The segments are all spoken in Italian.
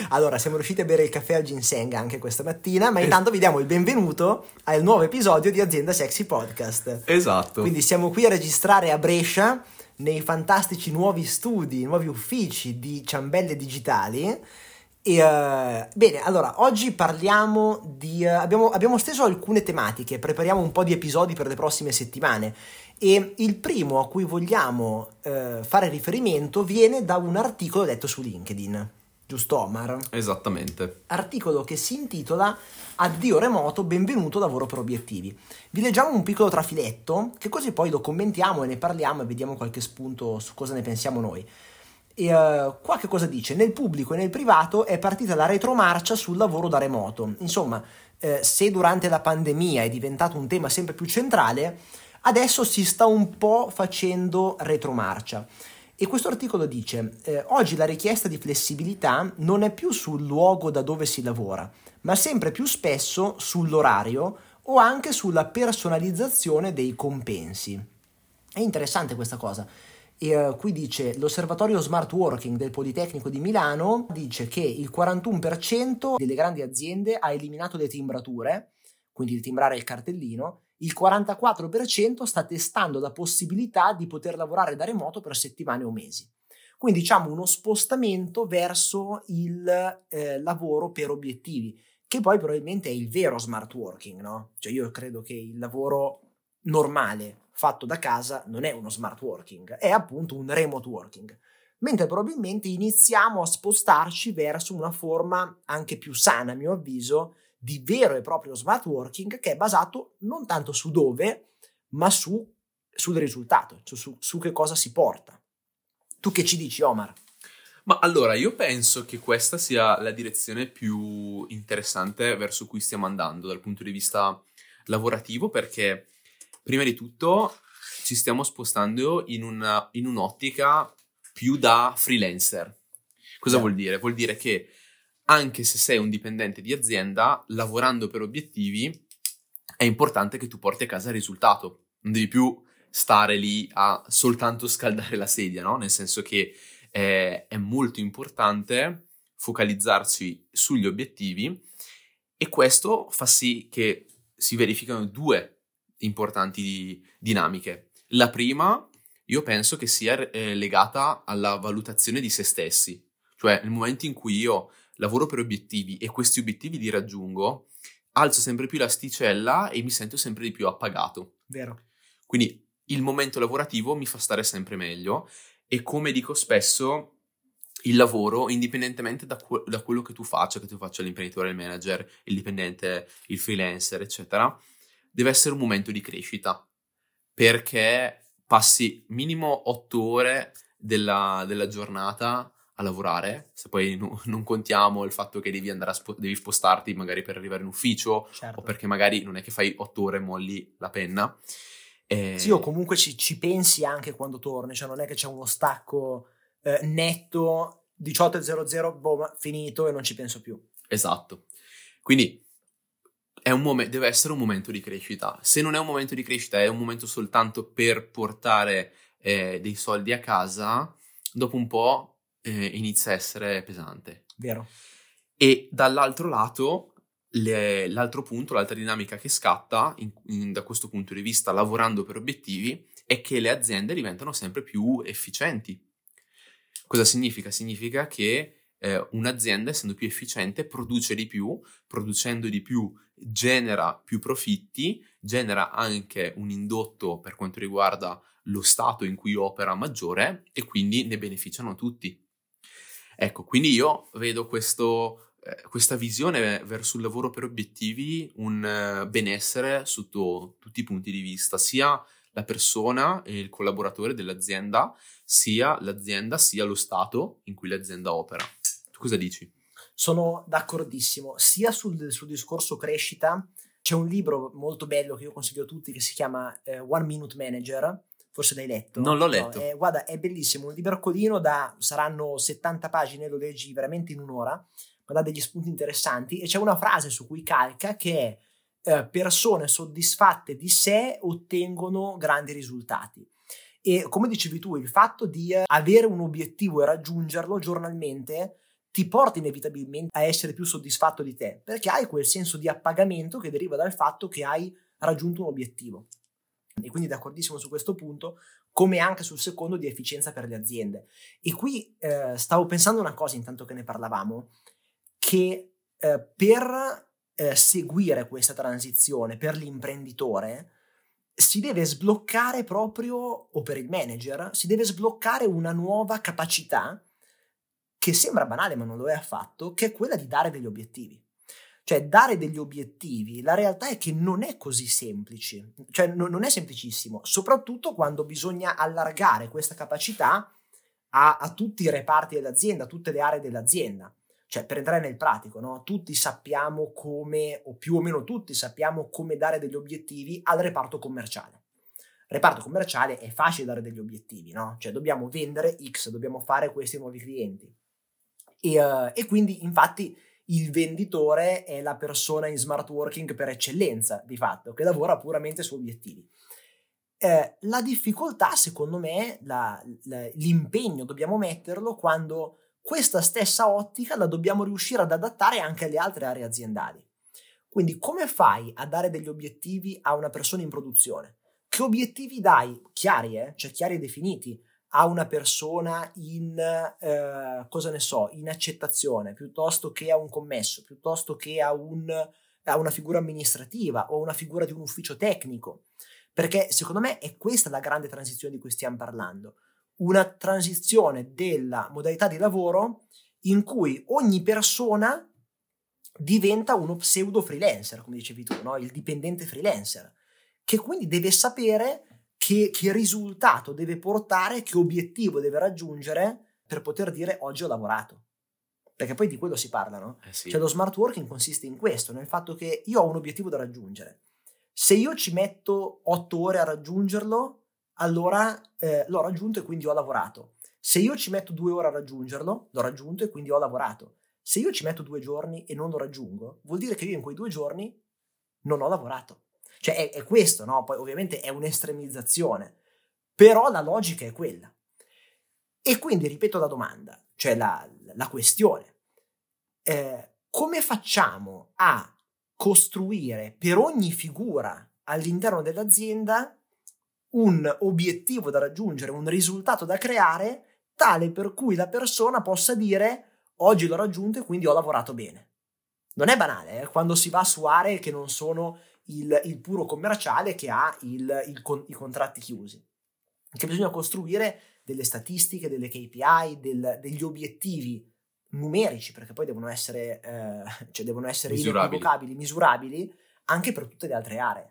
Allora, siamo riusciti a bere il caffè al ginseng anche questa mattina, ma intanto vi diamo il benvenuto al nuovo episodio di Azienda Sexy Podcast. Esatto. Quindi siamo qui a registrare a Brescia, nei fantastici nuovi studi, nuovi uffici di Ciambelle Digitali. E, bene, allora, oggi parliamo di... abbiamo steso alcune tematiche, prepariamo un po' di episodi per le prossime settimane. E il primo a cui vogliamo fare riferimento viene da un articolo letto su LinkedIn. Giusto, Omar? Esattamente. Articolo che si intitola Addio remoto, benvenuto lavoro per obiettivi. Vi leggiamo un piccolo trafiletto, che così poi lo commentiamo e ne parliamo e vediamo qualche spunto su cosa ne pensiamo noi. E qua che cosa dice? Nel pubblico e nel privato è partita la retromarcia sul lavoro da remoto. Insomma, se durante la pandemia è diventato un tema sempre più centrale, adesso si sta un po' facendo retromarcia. E questo articolo dice, oggi la richiesta di flessibilità non è più sul luogo da dove si lavora, ma sempre più spesso sull'orario o anche sulla personalizzazione dei compensi. È interessante questa cosa. E qui dice, l'osservatorio Smart Working del Politecnico di Milano dice che il 41% delle grandi aziende ha eliminato le timbrature, quindi il timbrare il cartellino. Il 44% sta testando la possibilità di poter lavorare da remoto per settimane o mesi. Quindi diciamo uno spostamento verso il lavoro per obiettivi, che poi probabilmente è il vero smart working, no? Cioè io credo che il lavoro normale fatto da casa non è uno smart working, è appunto un remote working. Mentre probabilmente iniziamo a spostarci verso una forma anche più sana, a mio avviso, di vero e proprio smart working che è basato non tanto su dove, ma sul risultato, su che cosa si porta. Tu che ci dici, Omar? Ma allora, io penso che questa sia la direzione più interessante verso cui stiamo andando dal punto di vista lavorativo, perché prima di tutto ci stiamo spostando in un'ottica più da freelancer. Cosa vuol dire? Vuol dire che anche se sei un dipendente di azienda, lavorando per obiettivi, è importante che tu porti a casa il risultato. Non devi più stare lì a soltanto scaldare la sedia, no? Nel senso che è molto importante focalizzarci sugli obiettivi e questo fa sì che si verificano due importanti dinamiche. La prima, io penso che sia legata alla valutazione di se stessi. Cioè, nel momento in cui io lavoro per obiettivi e questi obiettivi li raggiungo, alzo sempre più l'asticella e mi sento sempre di più appagato. Vero. Quindi il momento lavorativo mi fa stare sempre meglio e, come dico spesso, il lavoro, indipendentemente da quello che tu faccia l'imprenditore, il manager, il dipendente, il freelancer, eccetera, deve essere un momento di crescita, perché passi minimo 8 ore della giornata a lavorare, se poi non contiamo il fatto che devi spostarti magari per arrivare in ufficio, certo. O perché magari non è che fai 8 ore e molli la penna. Sì, o comunque ci pensi anche quando torni, cioè non è che c'è uno stacco netto, 18:00, boh, finito e non ci penso più. Esatto. Quindi deve essere un momento di crescita. Se non è un momento di crescita, è un momento soltanto per portare dei soldi a casa, dopo un po' inizia a essere pesante. Vero. E dall'altro lato, l'altro punto, l'altra dinamica che scatta da questo punto di vista, lavorando per obiettivi, è che le aziende diventano sempre più efficienti. Cosa significa? Significa che un'azienda, essendo più efficiente, produce di più, producendo di più genera più profitti, genera anche un indotto per quanto riguarda lo stato in cui opera maggiore e quindi ne beneficiano tutti. Ecco, quindi io vedo questa visione verso il lavoro per obiettivi un benessere sotto tutti i punti di vista, sia la persona e il collaboratore dell'azienda, sia l'azienda, sia lo stato in cui l'azienda opera. Tu cosa dici? Sono d'accordissimo, sia sul discorso crescita. C'è un libro molto bello che io consiglio a tutti che si chiama One Minute Manager, forse l'hai letto? Non l'ho letto. No, guarda, è bellissimo, un libercolino saranno 70 pagine, lo leggi veramente in un'ora, ma dà degli spunti interessanti e c'è una frase su cui calca che è persone soddisfatte di sé ottengono grandi risultati. E come dicevi tu, il fatto di avere un obiettivo e raggiungerlo giornalmente ti porta inevitabilmente a essere più soddisfatto di te, perché hai quel senso di appagamento che deriva dal fatto che hai raggiunto un obiettivo. E quindi d'accordissimo su questo punto, come anche sul secondo di efficienza per le aziende. E qui stavo pensando una cosa intanto che ne parlavamo, che per seguire questa transizione per l'imprenditore si deve sbloccare proprio, o per il manager, si deve sbloccare una nuova capacità che sembra banale ma non lo è affatto, che è quella di dare degli obiettivi. Cioè dare degli obiettivi, la realtà è che non è così semplice, cioè non è semplicissimo, soprattutto quando bisogna allargare questa capacità a tutti i reparti dell'azienda, a tutte le aree dell'azienda. Cioè, per entrare nel pratico, no? Tutti sappiamo come, o più o meno tutti sappiamo come dare degli obiettivi al reparto commerciale. Reparto commerciale è facile dare degli obiettivi, no? Cioè, dobbiamo vendere X, dobbiamo fare questi nuovi clienti. E quindi, infatti, il venditore è la persona in smart working per eccellenza, di fatto, che lavora puramente su obiettivi. La difficoltà, secondo me, l'impegno dobbiamo metterlo quando questa stessa ottica la dobbiamo riuscire ad adattare anche alle altre aree aziendali. Quindi come fai a dare degli obiettivi a una persona in produzione? Che obiettivi dai? Chiari, cioè chiari e definiti, a una persona in, cosa ne so, in accettazione, piuttosto che a un commesso, piuttosto che a una figura amministrativa o una figura di un ufficio tecnico. Perché secondo me è questa la grande transizione di cui stiamo parlando. Una transizione della modalità di lavoro in cui ogni persona diventa uno pseudo freelancer, come dicevi tu, no? Il dipendente freelancer, che quindi deve sapere che risultato deve portare, che obiettivo deve raggiungere per poter dire oggi ho lavorato. Perché poi di quello si parla, no? Sì. Cioè lo smart working consiste in questo, nel fatto che io ho un obiettivo da raggiungere. Se io ci metto 8 ore a raggiungerlo, allora l'ho raggiunto e quindi ho lavorato. Se io ci metto 2 ore a raggiungerlo, l'ho raggiunto e quindi ho lavorato. Se io ci metto 2 giorni e non lo raggiungo, vuol dire che io in quei 2 giorni non ho lavorato. Cioè è questo, no? Poi ovviamente è un'estremizzazione, però la logica è quella. E quindi ripeto la domanda, cioè la questione. Come facciamo a costruire per ogni figura all'interno dell'azienda un obiettivo da raggiungere, un risultato da creare, tale per cui la persona possa dire oggi l'ho raggiunto e quindi ho lavorato bene. Non è banale, quando si va su aree che non sono il puro commerciale che ha i contratti chiusi. Che bisogna costruire delle statistiche, delle KPI, degli obiettivi numerici, perché poi devono essere inequivocabili, misurabili anche per tutte le altre aree.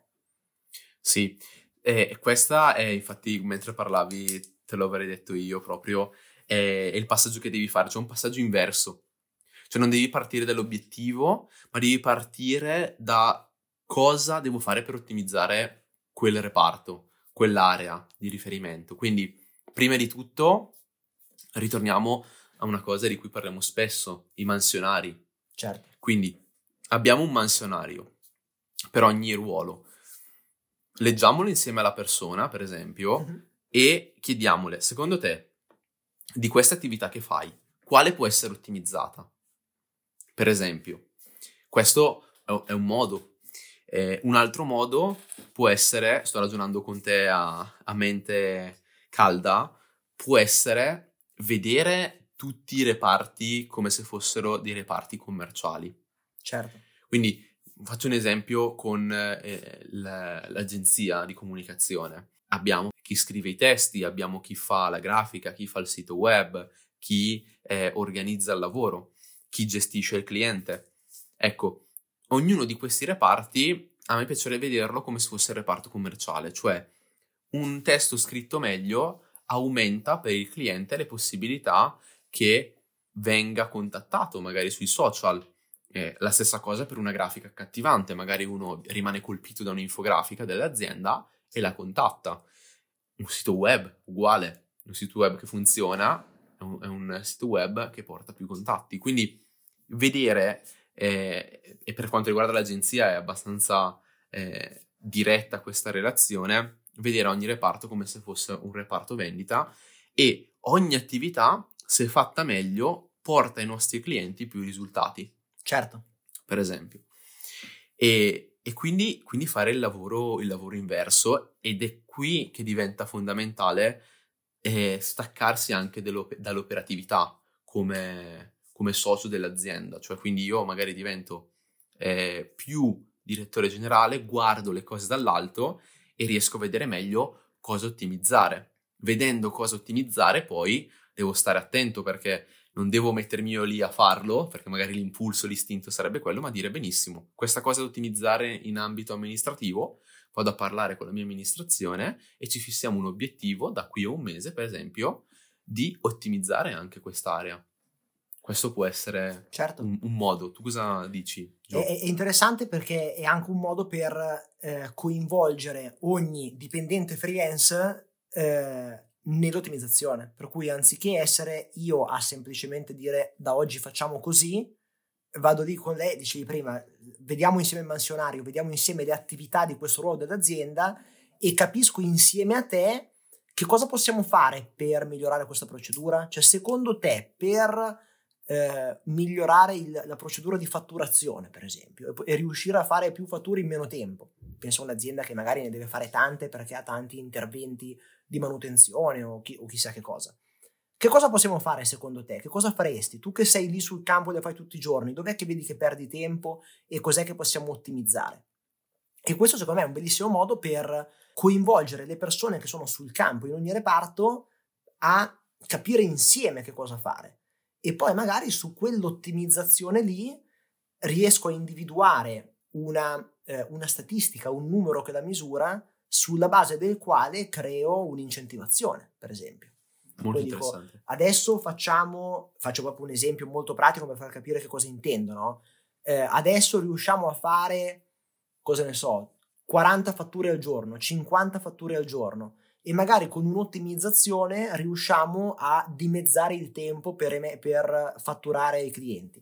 Sì, questa è infatti, mentre parlavi, te lo avrei detto io proprio, è il passaggio che devi fare, cioè un passaggio inverso. Cioè non devi partire dall'obiettivo, ma devi partire da cosa devo fare per ottimizzare quel reparto, quell'area di riferimento. Quindi, prima di tutto, ritorniamo a una cosa di cui parliamo spesso, i mansionari. Certo. Quindi, abbiamo un mansionario per ogni ruolo. Leggiamolo insieme alla persona, per esempio, e chiediamole, secondo te, di questa attività che fai, quale può essere ottimizzata? Per esempio, questo è un modo. Un altro modo può essere, sto ragionando con te a mente calda, può essere vedere tutti i reparti come se fossero dei reparti commerciali. Certo. Quindi faccio un esempio con l'agenzia di comunicazione. Abbiamo chi scrive i testi, abbiamo chi fa la grafica, chi fa il sito web, chi organizza il lavoro, chi gestisce il cliente. Ecco, ognuno di questi reparti a me piacerebbe vederlo come se fosse il reparto commerciale, cioè un testo scritto meglio aumenta per il cliente le possibilità che venga contattato magari sui social. La stessa cosa per una grafica accattivante, magari uno rimane colpito da un'infografica dell'azienda e la contatta. Un sito web uguale, un sito web che funziona è un sito web che porta più contatti. Quindi vedere, e per quanto riguarda l'agenzia è abbastanza diretta questa relazione, vedere ogni reparto come se fosse un reparto vendita e ogni attività, se fatta meglio, porta ai nostri clienti più risultati, Certo. per esempio. E quindi fare il lavoro inverso, ed è qui che diventa fondamentale staccarsi anche dall'operatività come socio dell'azienda. Cioè, quindi io magari divento più direttore generale, guardo le cose dall'alto e riesco a vedere meglio cosa ottimizzare. Vedendo cosa ottimizzare, poi devo stare attento, perché non devo mettermi io lì a farlo, perché magari l'impulso, l'istinto sarebbe quello, ma dire benissimo, questa cosa da ottimizzare in ambito amministrativo, vado a parlare con la mia amministrazione e ci fissiamo un obiettivo da qui a un mese, per esempio, di ottimizzare anche quest'area. Questo può essere Certo. un modo. Tu cosa dici, Gio? È interessante perché è anche un modo per coinvolgere ogni dipendente freelance nell'ottimizzazione, per cui anziché essere io a semplicemente dire da oggi facciamo così, vado lì con lei, dicevi prima, vediamo insieme il mansionario, vediamo insieme le attività di questo ruolo dell'azienda e capisco insieme a te che cosa possiamo fare per migliorare questa procedura. Cioè, secondo te, per migliorare la procedura di fatturazione, per esempio, e riuscire a fare più fatture in meno tempo, penso a un'azienda che magari ne deve fare tante perché ha tanti interventi di manutenzione o chissà che cosa. Che cosa possiamo fare secondo te? Che cosa faresti? Tu che sei lì sul campo e lo fai tutti i giorni, dov'è che vedi che perdi tempo e cos'è che possiamo ottimizzare? E questo secondo me è un bellissimo modo per coinvolgere le persone che sono sul campo in ogni reparto a capire insieme che cosa fare. E poi magari su quell'ottimizzazione lì riesco a individuare una statistica, un numero che la misura, sulla base del quale creo un'incentivazione, per esempio. Molto Poi dico, interessante. adesso faccio proprio un esempio molto pratico per far capire che cosa intendo, no? Adesso riusciamo a fare, cosa ne so, 40 fatture al giorno, 50 fatture al giorno, e magari con un'ottimizzazione riusciamo a dimezzare il tempo per fatturare i clienti.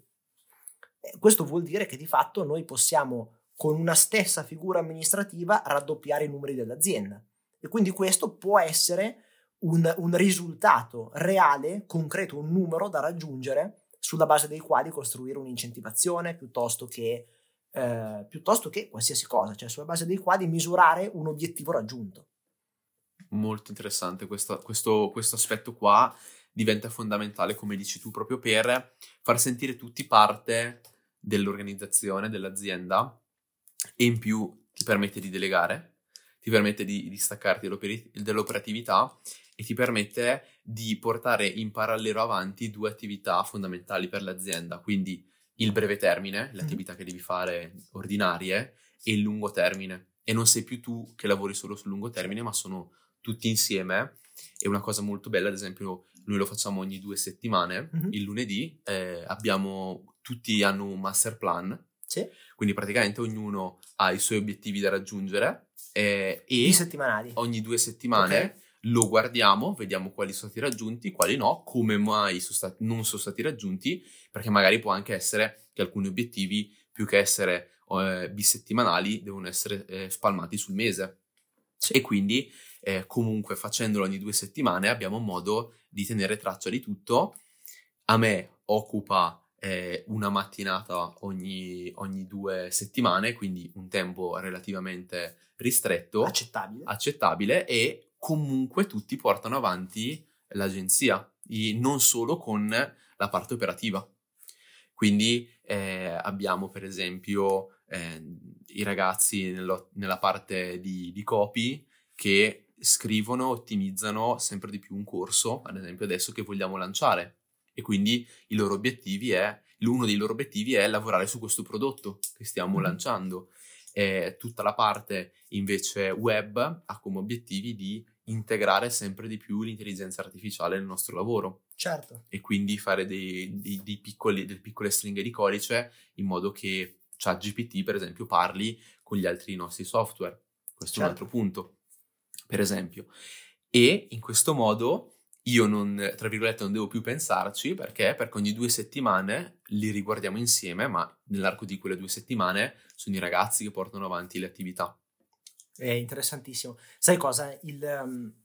Questo vuol dire che di fatto noi possiamo, con una stessa figura amministrativa, raddoppiare i numeri dell'azienda. E quindi questo può essere un risultato reale, concreto, un numero da raggiungere, sulla base dei quali costruire un'incentivazione piuttosto che qualsiasi cosa, cioè sulla base dei quali misurare un obiettivo raggiunto. Molto interessante questo aspetto qua, diventa fondamentale, come dici tu, proprio per far sentire tutti parte dell'organizzazione, dell'azienda, e in più ti permette di delegare, ti permette di staccarti dall'operatività e ti permette di portare in parallelo avanti due attività fondamentali per l'azienda, quindi il breve termine, le attività che devi fare ordinarie, e il lungo termine. E non sei più tu che lavori solo sul lungo termine, ma sono tutti insieme. E una cosa molto bella, ad esempio, noi lo facciamo ogni 2 settimane, il lunedì, tutti hanno un master plan, sì. Quindi praticamente ognuno ha i suoi obiettivi da raggiungere e settimanali. Ogni 2 settimane lo guardiamo, vediamo quali sono stati raggiunti, quali no, come mai non sono stati raggiunti, perché magari può anche essere che alcuni obiettivi, più che essere bisettimanali, devono essere spalmati sul mese. Sì. E quindi comunque facendolo ogni 2 settimane abbiamo modo di tenere traccia di tutto. A me occupa una mattinata ogni 2 settimane, quindi un tempo relativamente ristretto, accettabile, e comunque tutti portano avanti l'agenzia, non solo con la parte operativa. Quindi abbiamo per esempio i ragazzi nella parte di copy che scrivono, ottimizzano sempre di più un corso, ad esempio adesso che vogliamo lanciare, e quindi uno dei loro obiettivi è lavorare su questo prodotto che stiamo lanciando. Tutta la parte invece web ha come obiettivi di integrare sempre di più l'intelligenza artificiale nel nostro lavoro. Certo. E quindi fare delle piccole stringhe di codice in modo che ChatGPT, per esempio, parli con gli altri nostri software. Questo è un altro punto, per esempio. E in questo modo io tra virgolette non devo più pensarci, perché ogni 2 settimane li riguardiamo insieme, ma nell'arco di quelle 2 settimane sono i ragazzi che portano avanti le attività. È interessantissimo. Sai cosa?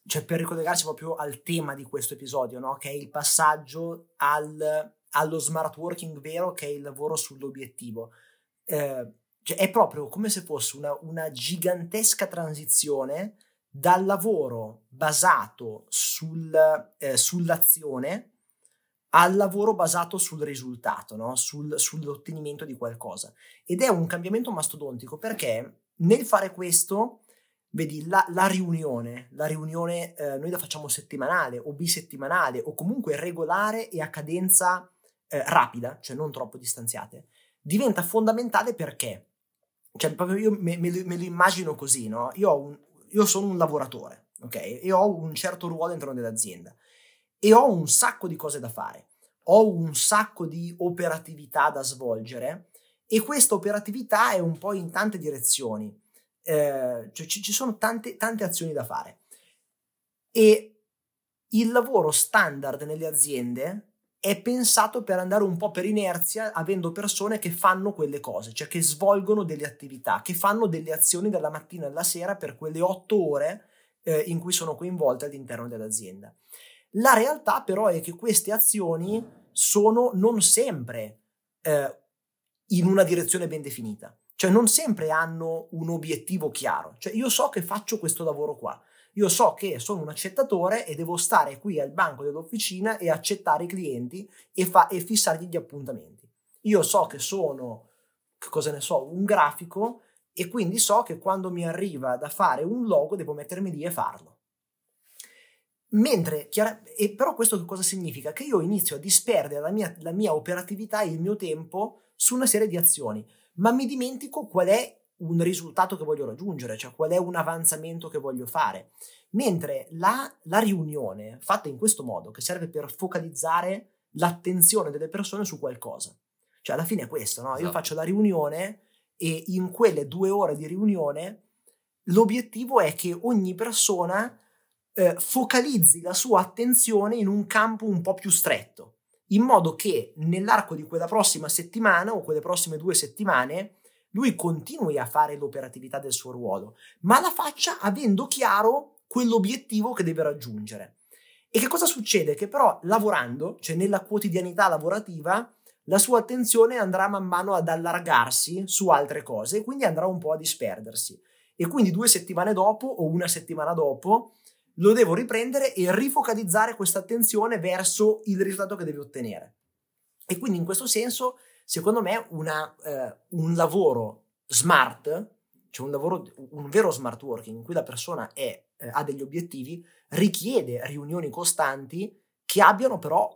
cioè per ricollegarsi proprio al tema di questo episodio, no? Che è il passaggio allo smart working vero, che è il lavoro sull'obiettivo. Cioè è proprio come se fosse una gigantesca transizione dal lavoro basato sull'azione al lavoro basato sul risultato, no? Sull'ottenimento di qualcosa. Ed è un cambiamento mastodontico, perché nel fare questo, vedi, la riunione, noi la facciamo settimanale o bisettimanale o comunque regolare e a cadenza rapida, cioè non troppo distanziate, diventa fondamentale. Perché? Cioè proprio io me lo immagino così, no? Io sono un lavoratore, ok? E ho un certo ruolo all'interno dell'azienda e ho un sacco di cose da fare, ho un sacco di operatività da svolgere, e questa operatività è un po' in tante direzioni, cioè ci sono tante azioni da fare, e il lavoro standard nelle aziende è pensato per andare un po' per inerzia, avendo persone che fanno quelle cose, cioè che svolgono delle attività, che fanno delle azioni dalla mattina alla sera per quelle 8 ore in cui sono coinvolte all'interno dell'azienda. La realtà però è che queste azioni sono non sempre in una direzione ben definita, cioè non sempre hanno un obiettivo chiaro. Cioè io so che faccio questo lavoro qua, io so che sono un accettatore e devo stare qui al banco dell'officina e accettare i clienti e fissargli gli appuntamenti. Io so che sono, cosa ne so, un grafico, e quindi so che quando mi arriva da fare un logo devo mettermi lì e farlo. Però questo che cosa significa? Che io inizio a disperdere la mia operatività e il mio tempo su una serie di azioni, ma mi dimentico qual è un risultato che voglio raggiungere, cioè qual è un avanzamento che voglio fare. Mentre la riunione, fatta in questo modo, che serve per focalizzare l'attenzione delle persone su qualcosa, cioè alla fine è questo, no? Esatto. Io faccio la riunione e in quelle 2 ore di riunione l'obiettivo è che ogni persona focalizzi la sua attenzione in un campo un po' più stretto, in modo che nell'arco di quella prossima settimana o quelle prossime 2 settimane lui continui a fare l'operatività del suo ruolo, ma la faccia avendo chiaro quell'obiettivo che deve raggiungere. E che cosa succede? Che però lavorando, cioè nella quotidianità lavorativa, la sua attenzione andrà man mano ad allargarsi su altre cose e quindi andrà un po' a disperdersi. E quindi 2 settimane dopo o una settimana dopo lo devo riprendere e rifocalizzare questa attenzione verso il risultato che deve ottenere. E quindi in questo senso, secondo me, un lavoro smart, cioè un vero smart working in cui la persona ha degli obiettivi, richiede riunioni costanti che abbiano però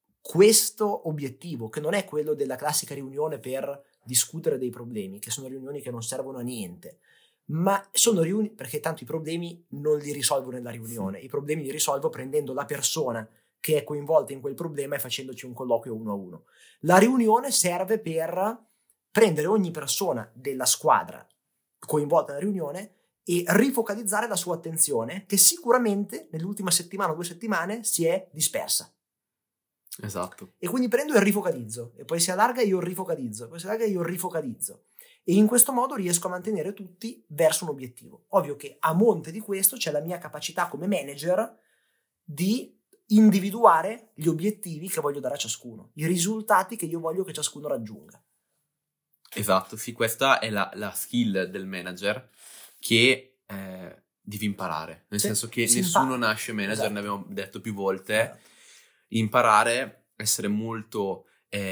questo obiettivo, che non è quello della classica riunione per discutere dei problemi, che sono riunioni che non servono a niente, ma sono riunioni perché tanto i problemi non li risolvo nella riunione, i problemi li risolvo prendendo la persona che è coinvolta in quel problema e facendoci un colloquio 1 a 1. La riunione serve per prendere ogni persona della squadra coinvolta nella riunione e rifocalizzare la sua attenzione, che sicuramente nell'ultima settimana o 2 settimane si è dispersa. Esatto. E quindi prendo e rifocalizzo, e poi si allarga e io rifocalizzo, poi si allarga e io rifocalizzo. E in questo modo riesco a mantenere tutti verso un obiettivo. Ovvio che a monte di questo c'è la mia capacità come manager di individuare gli obiettivi che voglio dare a ciascuno, i risultati che io voglio che ciascuno raggiunga. Esatto, sì, questa è la skill del manager che devi imparare, nel senso che nessuno nasce manager, esatto. Ne abbiamo detto più volte, esatto. Imparare, essere molto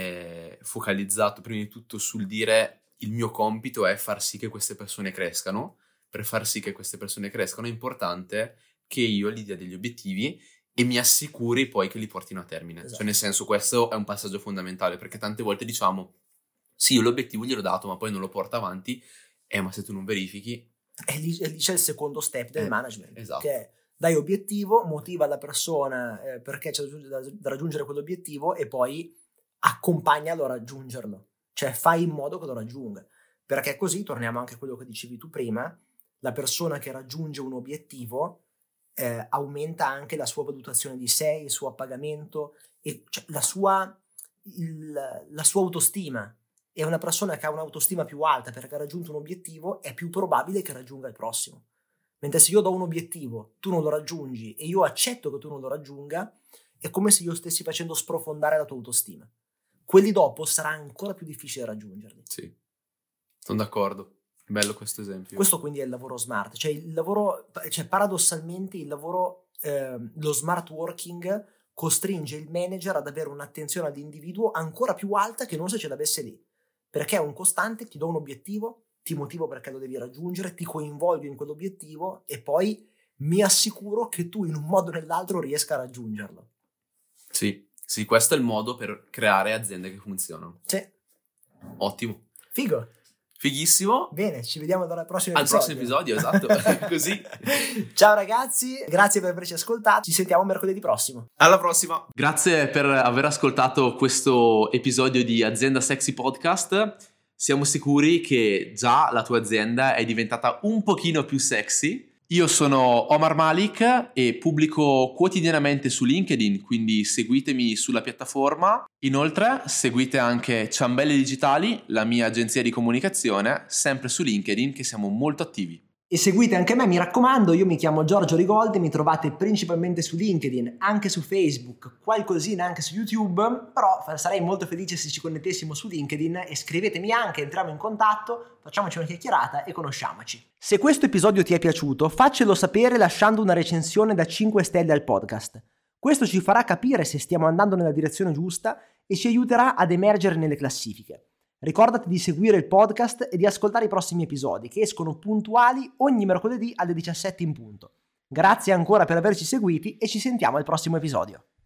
focalizzato prima di tutto sul dire il mio compito è far sì che queste persone crescano. Per far sì che queste persone crescano è importante che io gli dia degli obiettivi e mi assicuri poi che li portino a termine. Esatto. Cioè nel senso, questo è un passaggio fondamentale, perché tante volte diciamo sì, io l'obiettivo gliel'ho dato ma poi non lo porta avanti, ma se tu non verifichi... E lì c'è il secondo step del management, esatto. Che dai obiettivo, motiva la persona perché c'è da raggiungere quell'obiettivo e poi accompagnalo a raggiungerlo, cioè fai in modo che lo raggiunga, perché così, torniamo anche a quello che dicevi tu prima, la persona che raggiunge un obiettivo aumenta anche la sua valutazione di sé, il suo appagamento e cioè, la sua autostima. E una persona che ha un'autostima più alta perché ha raggiunto un obiettivo è più probabile che raggiunga il prossimo, Mentre se io do un obiettivo, tu non lo raggiungi e io accetto che tu non lo raggiunga, è come se io stessi facendo sprofondare la tua autostima. Quelli dopo sarà ancora più difficile raggiungerli. Sì, sono d'accordo. Bello questo esempio. Questo quindi è il lavoro smart, cioè paradossalmente il lavoro, lo smart working costringe il manager ad avere un'attenzione all'individuo ancora più alta che non se ce l'avesse lì, perché è un costante, ti do un obiettivo, ti motivo perché lo devi raggiungere, ti coinvolgo in quell'obiettivo e poi mi assicuro che tu in un modo o nell'altro riesca a raggiungerlo. Sì, questo è il modo per creare aziende che funzionano. Sì. Ottimo. Figo. Fighissimo. Bene, ci vediamo al prossimo episodio. Esatto. Così. Ciao ragazzi, grazie per averci ascoltato. Ci sentiamo mercoledì prossimo. Alla prossima. Grazie per aver ascoltato questo episodio di Azienda Sexy Podcast. Siamo sicuri che già la tua azienda è diventata un pochino più sexy. Io sono Omar Malik e pubblico quotidianamente su LinkedIn, quindi seguitemi sulla piattaforma. Inoltre seguite anche Ciambelle Digitali, la mia agenzia di comunicazione, sempre su LinkedIn, che siamo molto attivi. E seguite anche me, mi raccomando, io mi chiamo Giorgio Rigoldi, mi trovate principalmente su LinkedIn, anche su Facebook, qualcosina anche su YouTube, però sarei molto felice se ci connettessimo su LinkedIn e scrivetemi anche, entriamo in contatto, facciamoci una chiacchierata e conosciamoci. Se questo episodio ti è piaciuto, faccelo sapere lasciando una recensione da 5 stelle al podcast. Questo ci farà capire se stiamo andando nella direzione giusta e ci aiuterà ad emergere nelle classifiche. Ricordati di seguire il podcast e di ascoltare i prossimi episodi che escono puntuali ogni mercoledì alle 17 in punto. Grazie ancora per averci seguiti e ci sentiamo al prossimo episodio.